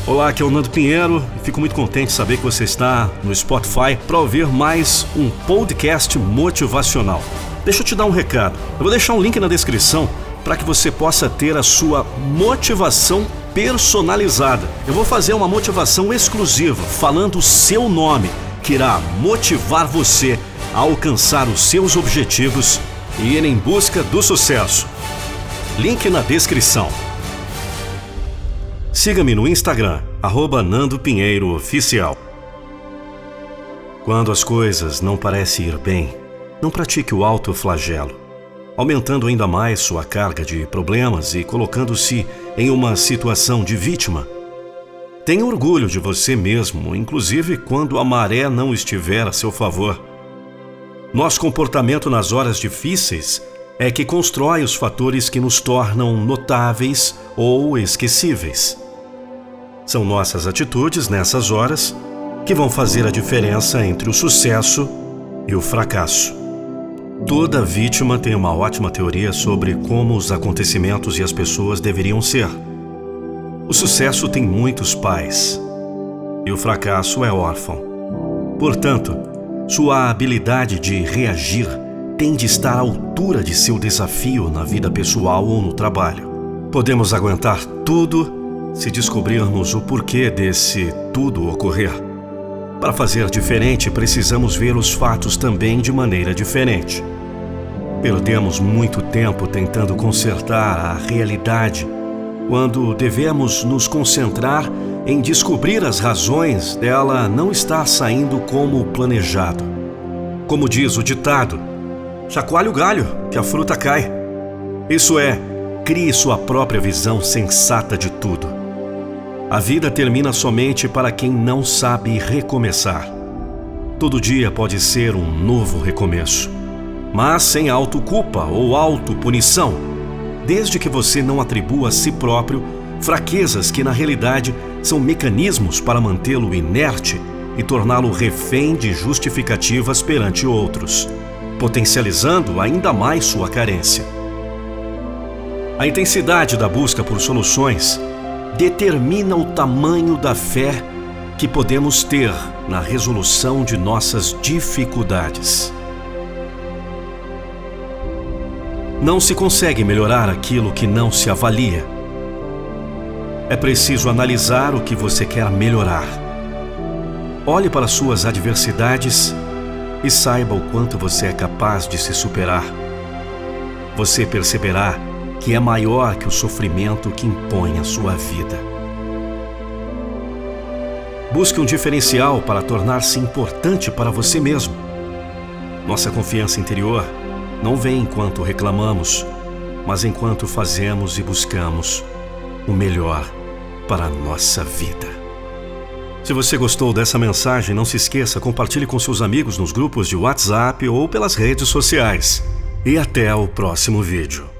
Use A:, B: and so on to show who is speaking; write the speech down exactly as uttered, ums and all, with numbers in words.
A: Olá, aqui é o Nando Pinheiro e fico muito contente de saber que você está no Spotify para ouvir mais um podcast motivacional. Deixa eu te dar um recado. Eu vou deixar um link na descrição para que você possa ter a sua motivação personalizada. Eu vou fazer uma motivação exclusiva, falando o seu nome, que irá motivar você a alcançar os seus objetivos e ir em busca do sucesso. Link na descrição. Siga-me no Instagram, arroba Nando Pinheiro Oficial. Quando as coisas não parecem ir bem, não pratique o autoflagelo, aumentando ainda mais sua carga de problemas e colocando-se em uma situação de vítima. Tenha orgulho de você mesmo, inclusive quando a maré não estiver a seu favor. Nosso comportamento nas horas difíceis é que constrói os fatores que nos tornam notáveis ou esquecíveis. São nossas atitudes nessas horas que vão fazer a diferença entre o sucesso e o fracasso. Toda vítima tem uma ótima teoria sobre como os acontecimentos e as pessoas deveriam ser. O sucesso tem muitos pais e o fracasso é órfão. Portanto, sua habilidade de reagir tem de estar à altura de seu desafio na vida pessoal ou no trabalho. Podemos aguentar tudo se descobrirmos o porquê desse tudo ocorrer. Para fazer diferente, precisamos ver os fatos também de maneira diferente. Perdemos muito tempo tentando consertar a realidade, quando devemos nos concentrar em descobrir as razões dela não estar saindo como planejado. Como diz o ditado, chacoalhe o galho, que a fruta cai. Isso é, crie sua própria visão sensata de tudo. A vida termina somente para quem não sabe recomeçar. Todo dia pode ser um novo recomeço, mas sem autoculpa ou autopunição, desde que você não atribua a si próprio fraquezas que na realidade são mecanismos para mantê-lo inerte e torná-lo refém de justificativas perante outros, potencializando ainda mais sua carência. A intensidade da busca por soluções determina o tamanho da fé que podemos ter na resolução de nossas dificuldades. Não se consegue melhorar aquilo que não se avalia. É preciso analisar o que você quer melhorar. Olhe para suas adversidades e saiba o quanto você é capaz de se superar. Você perceberá que é maior que o sofrimento que impõe a sua vida. Busque um diferencial para tornar-se importante para você mesmo. Nossa confiança interior não vem enquanto reclamamos, mas enquanto fazemos e buscamos o melhor para a nossa vida. Se você gostou dessa mensagem, não se esqueça, compartilhe com seus amigos nos grupos de WhatsApp ou pelas redes sociais. E até o próximo vídeo.